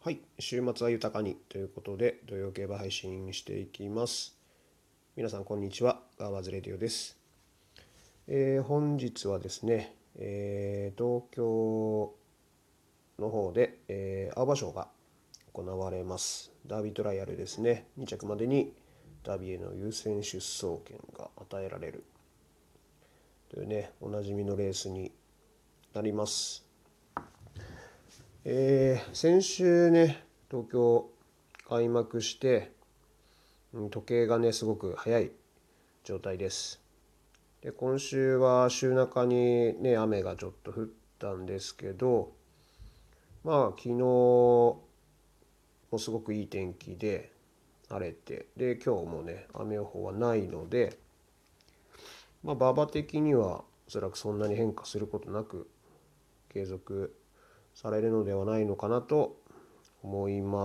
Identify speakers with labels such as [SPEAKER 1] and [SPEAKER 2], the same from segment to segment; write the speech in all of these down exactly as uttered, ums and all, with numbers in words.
[SPEAKER 1] はい、週末は豊かにということで土曜競馬配信していきます。皆さんこんにちは、ガーワーズレディオです。えー本日はですね、えー東京の方で、えー青葉賞が行われます。ダービートライアルですね。に着までにダービーへの優先出走権が与えられるというね、おなじみのレースになります。えー先週ね、東京開幕して、うん時計がね、すごく早い状態です。で、今週は週中にね、雨がちょっと降ったんですけど、まあ、昨日もすごくいい天気で、晴れて、で、今日もね、雨予報はないので、まあ、馬場的にはおそらくそんなに変化することなく、継続されるのではないのかなと思います。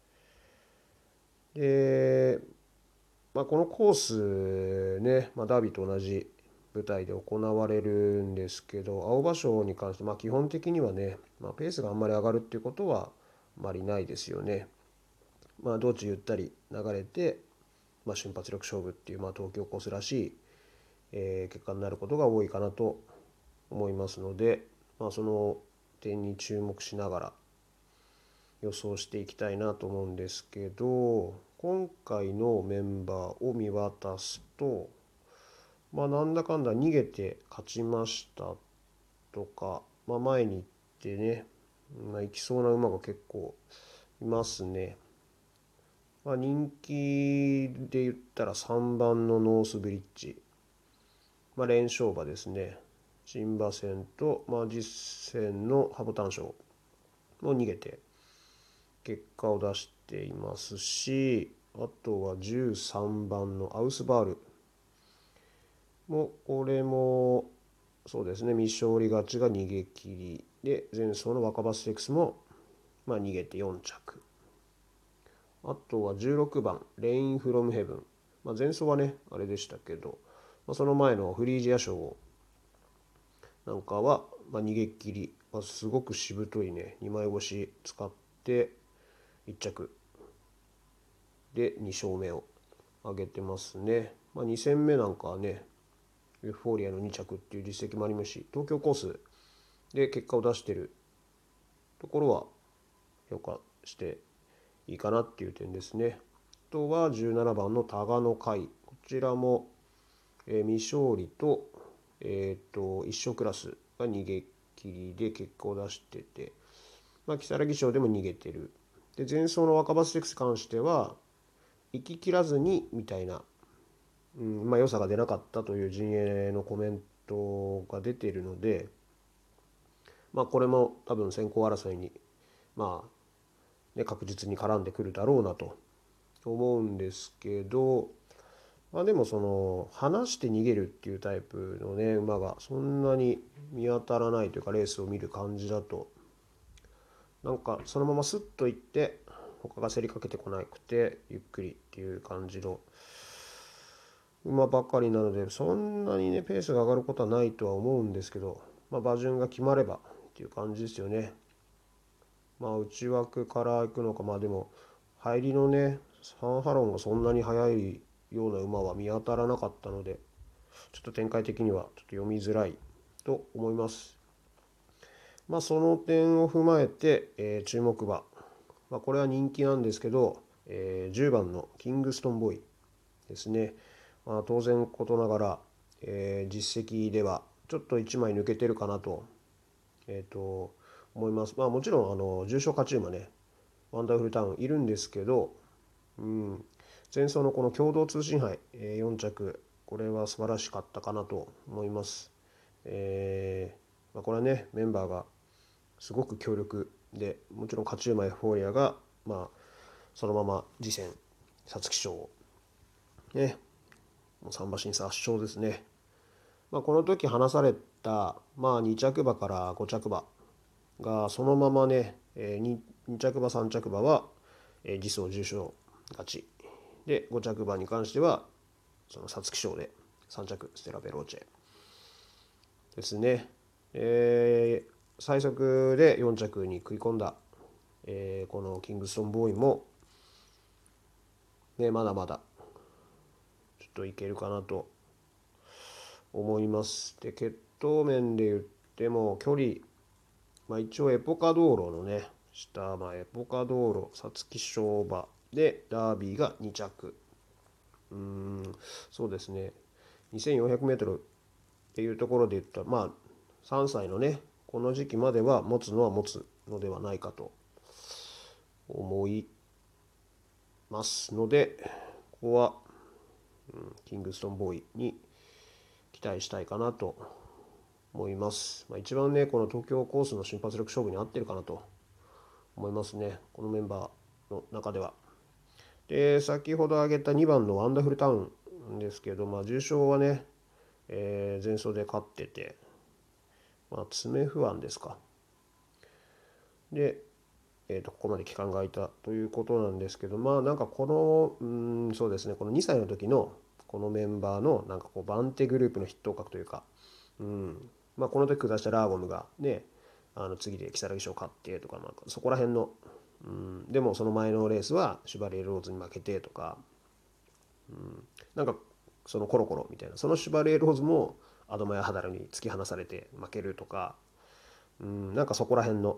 [SPEAKER 1] で、まあ、このコースね、まあ、ダービーと同じ舞台で行われるんですけど、青葉賞に関して、まあ、基本的にはね、まあ、ペースがあんまり上がるっていうことはあまりないですよね。まあ、道中ゆったり流れて、まあ、瞬発力勝負っていう、まあ、東京コースらしい、えー結果になることが多いかなと思いますので、まあ、その点に注目しながら予想していきたいなと思うんですけど、今回のメンバーを見渡すと、まあなんだかんだ逃げて勝ちましたとか、まあ、前に行ってね、まあ、行きそうな馬が結構いますね。まあ、人気で言ったらさんばんのノースブリッジ、まあ、連勝馬ですね。新馬戦と、まあ、実戦のハボタン賞も逃げて結果を出していますし、あとはじゅうさんばんのアウスバールも、これもそうですね、未勝利勝ちが逃げ切りで、前走の若葉ステークスも、まあ、逃げてよん着。あとはじゅうろくばん、レインフロムヘブン。まあ、前走はね、あれでしたけど、まあ、その前のフリージア賞なんかは、まあ、逃げ切り、まあ、すごくしぶといね、にまい星使っていっ着でに勝目を挙げてますね。まあ、に戦目なんかはね、エフフォーリアのに着っていう実績もありますし、東京コースで結果を出しているところは評価していいかなっていう点ですね。あとはじゅうななばんのタガノ会。こちらも、えー未勝利と、えっ、と、一勝クラスが逃げ切りで結果を出してて、まあ、如月賞でも逃げてる。で、前走の若葉ステークスに関しては、行き切らずにみたいな、うん、まあ、良さが出なかったという陣営のコメントが出ているので、まあ、これも多分先行争いに、まあ、ね、確実に絡んでくるだろうなと思うんですけど、まあ、でもその離して逃げるっていうタイプのね馬がそんなに見当たらないというか、レースを見る感じだとなんかそのままスッといって他が競りかけてこなくてゆっくりっていう感じの馬ばかりなので、そんなにねペースが上がることはないとは思うんですけど、まあ、馬順が決まればっていう感じですよね。まあ内枠から行くのか、まあでも入りのねサンハロンがそんなに速いような馬は見当たらなかったので、ちょっと展開的にはちょっと読みづらいと思います。まあその点を踏まえて、えー注目馬、まあ、これは人気なんですけど、えーじゅうばんのキングストンボーイですね。まあ、当然ことながら、えー実績ではちょっといちまい抜けてるかなと、えーと思います。まあもちろんあの重賞勝ち馬ね、ワンダフルタウンいるんですけど、うん、前走のこの共同通信杯、えーよん着、これは素晴らしかったかなと思います。えーまあ、これはね、メンバーがすごく強力で、もちろん勝ち馬エフフォーリアが、まあ、そのまま次戦、皐月賞を、ね、もうさん馬審査圧勝ですね。まあ、この時話された、まあ、に着馬からご着馬がそのままね、えー、2, に着馬さん着馬は、えー、次走重賞勝ちで、ご着馬に関してはその皐月賞でさん着ステラ・ベローチェですね。えー、最速でよん着に食い込んだえーこのキングストンボーイも、ね、まだまだちょっといけるかなと思います。で、血統面で言っても距離、まあ、一応エポカ道路のね下、まあ、エポカ道路皐月賞馬でダービーがに着。うーんそうですね、にせんよんひゃくメートルっていうところで言ったら、まあさんさいのねこの時期までは持つのは持つのではないかと思いますので、ここは、うん、キングストンボーイに期待したいかなと思います。まあ、一番ねこの東京コースの瞬発力勝負に合ってるかなと思いますね、このメンバーの中では。で、先ほど挙げたにばんのワンダフルタウンですけど、まあ、重賞はね、えー前走で勝ってて、まあ、爪不安ですか。で、えー、とここまで期間が空いたということなんですけど、まあなんかこのうんそうですね、このにさいの時のこのメンバーのなんかこうバンテグループの筆頭格というか、うんまあ、この時下したラーゴムがね、あの次で如月賞勝ってとか、まあ、そこら辺の、うん、でもその前のレースはシュバリエローズに負けてとか、うん、なんかそのコロコロみたいな、そのシュバリエローズもアドマヤハダルに突き放されて負けるとか、うん、なんかそこら辺の、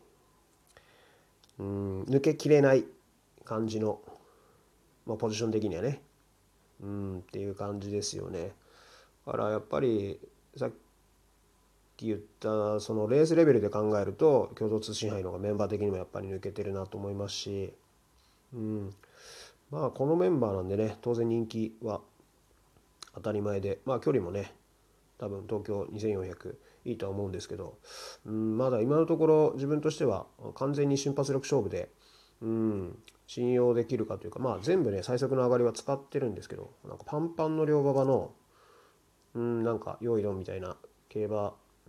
[SPEAKER 1] うん、抜けきれない感じの、まあ、ポジション的にはね、うんっていう感じですよね。だからやっぱりさっき言ったそのレースレベルで考えると共同通信杯の方がメンバー的にもやっぱり抜けてるなと思いますし、うん、まあこのメンバーなんでね当然人気は当たり前で、まあ距離もね多分東京にせんよんひゃくいいとは思うんですけど、うん、まだ今のところ自分としては完全に瞬発力勝負で、うん、信用できるかというか、まあ全部ね最速の上がりは使ってるんですけど、なんかパンパンの両馬場の、うん、なんか用意ドンみたいな競馬、うん、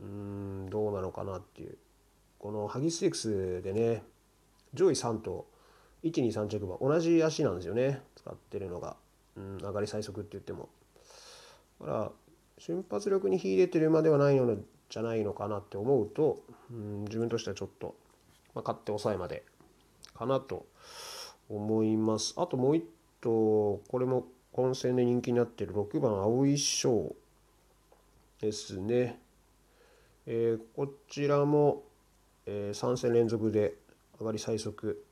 [SPEAKER 1] どうなのかなっていう、このハギステークスでね上位さんといちにさん着馬同じ足なんですよね、使ってるのが、うん、上がり最速って言っても。だから瞬発力に秀でてる馬ではないのじゃないのかなって思うと、うん、自分としてはちょっと、まあ、勝って抑えまでかなと思います。あともう一頭、これも混戦で人気になっているろくばん青い翔ですね。えーこちらも、えーさん戦連続で上がり最速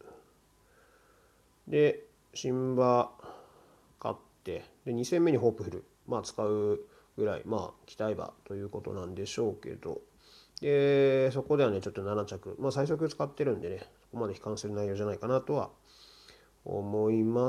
[SPEAKER 1] で新馬勝って、でに戦目にホープフル、まあ使うぐらい、まあ期待馬ということなんでしょうけど、でそこではねちょっとなな着、まあ最速使ってるんでねそこまで悲観する内容じゃないかなとは思います。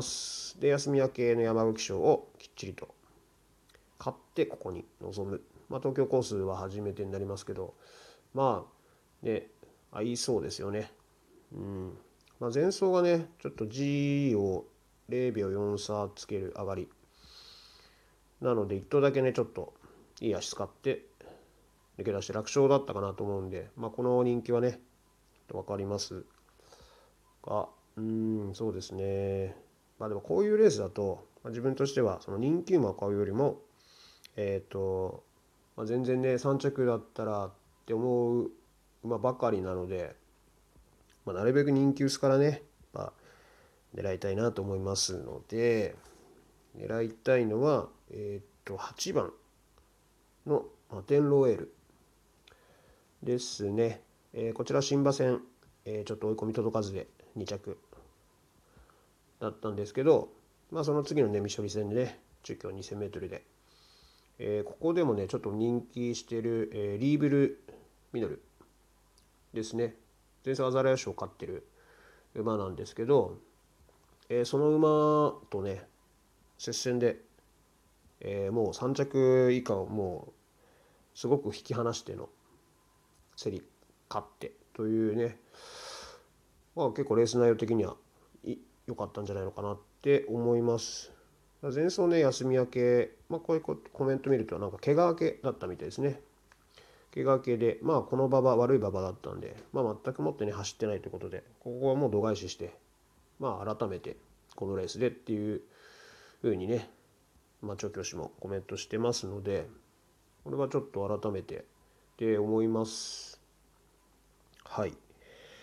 [SPEAKER 1] で休み明けの山吹賞をきっちりと勝ってここに臨む、まあ、東京コースは初めてになりますけど、まあね合いそうですよね。うんまあ、前走がねちょっと G をれいびょうよん差つける上がりなので一頭だけねちょっといい足使って抜け出して楽勝だったかなと思うんで、まあ、この人気はね分かりますが、うーんそうですね、まあでもこういうレースだと、まあ、自分としてはその人気馬を買うよりもえっ、と、まあ、全然ねさん着だったらって思う馬ばかりなので、まあ、なるべく人気薄からね、まあ、狙いたいなと思いますので、狙いたいのは、えっ、とはちばんのマテンローエールですね。えーこちら新馬戦、えーちょっと追い込み届かずでに着だったんですけど、まあその次のね、未処理戦でね、中京にせんメートルで、えーここでもね、ちょっと人気してる、えーリーブルミノルですね。前走アザラヤ賞を勝ってる馬なんですけど、えーその馬とね、接戦で、えーもうさん着以下をもうすごく引き離しての競り勝ってというね、まあ、結構レース内容的には良かったんじゃないのかなって思います。前走ね、休み明け、まあ、こういうコメント見ると、なんか怪我明けだったみたいですね。怪我明けで、まあ、この馬場、悪い馬場だったんで、まあ、全くもってね、走ってないということで、ここはもう度外視して、まあ、改めて、このレースでっていうふうにね、まあ、調教師もコメントしてますので、これはちょっと改めてって思います。はい。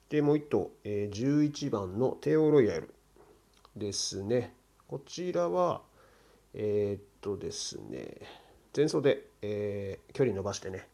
[SPEAKER 1] で、もういっ頭、えーじゅういちばんのテオロイヤルですね。こちらは、えーっとですね、前走で、えー距離伸ばしてね、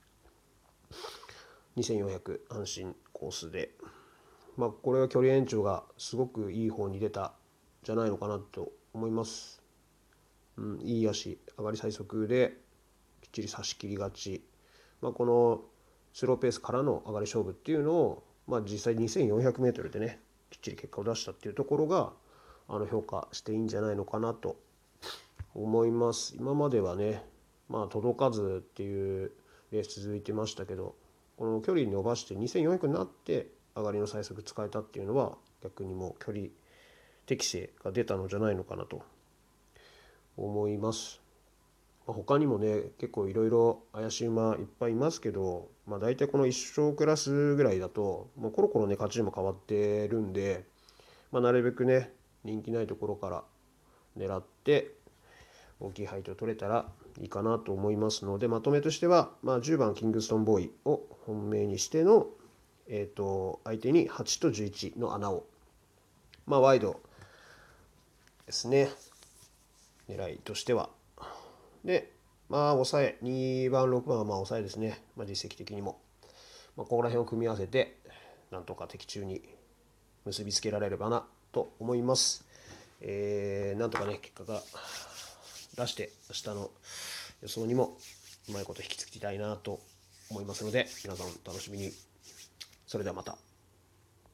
[SPEAKER 1] にせんよんひゃく安心コースで、まあ、これは距離延長がすごくいい方に出たんじゃないのかなと思います。うん、いい足、上がり最速できっちり差し切り勝ち、まあ、このスローペースからの上がり勝負っていうのを、まあ、実際にせんよんひゃくメートルでね、きっちり結果を出したっていうところが、あの評価していいんじゃないのかなと思います。今まではね、まあ、届かずっていうレース続いてましたけど、この距離に伸ばしてにせんよんひゃくになって上がりの最速使えたっていうのは、逆にもう距離適性が出たのじゃないのかなと思います。まあ他にもね、結構いろいろ怪しい馬いっぱいいますけど、まあ、大体このいっ勝クラスぐらいだと、もうコロコロね、勝ちも変わってるんで、まあ、なるべくね、人気ないところから狙って大きい配当取れたらいいかなと思いますので、まとめとしては、まあ、じゅうばんキングストンボーイを本命にしての、えー、と相手にはちとじゅういちの穴を、まあ、ワイドですね、狙いとしては。で、まあ、抑え、にばん、ろくばんはまあ抑えですね、まあ、実績的にも。まあ、ここら辺を組み合わせて、なんとか的中に結びつけられればなと思います。えー、なんとかね、結果が出して、明日の予想にもうまいこと引き継ぎたいなと思いますので、皆さん楽しみに。それではまた。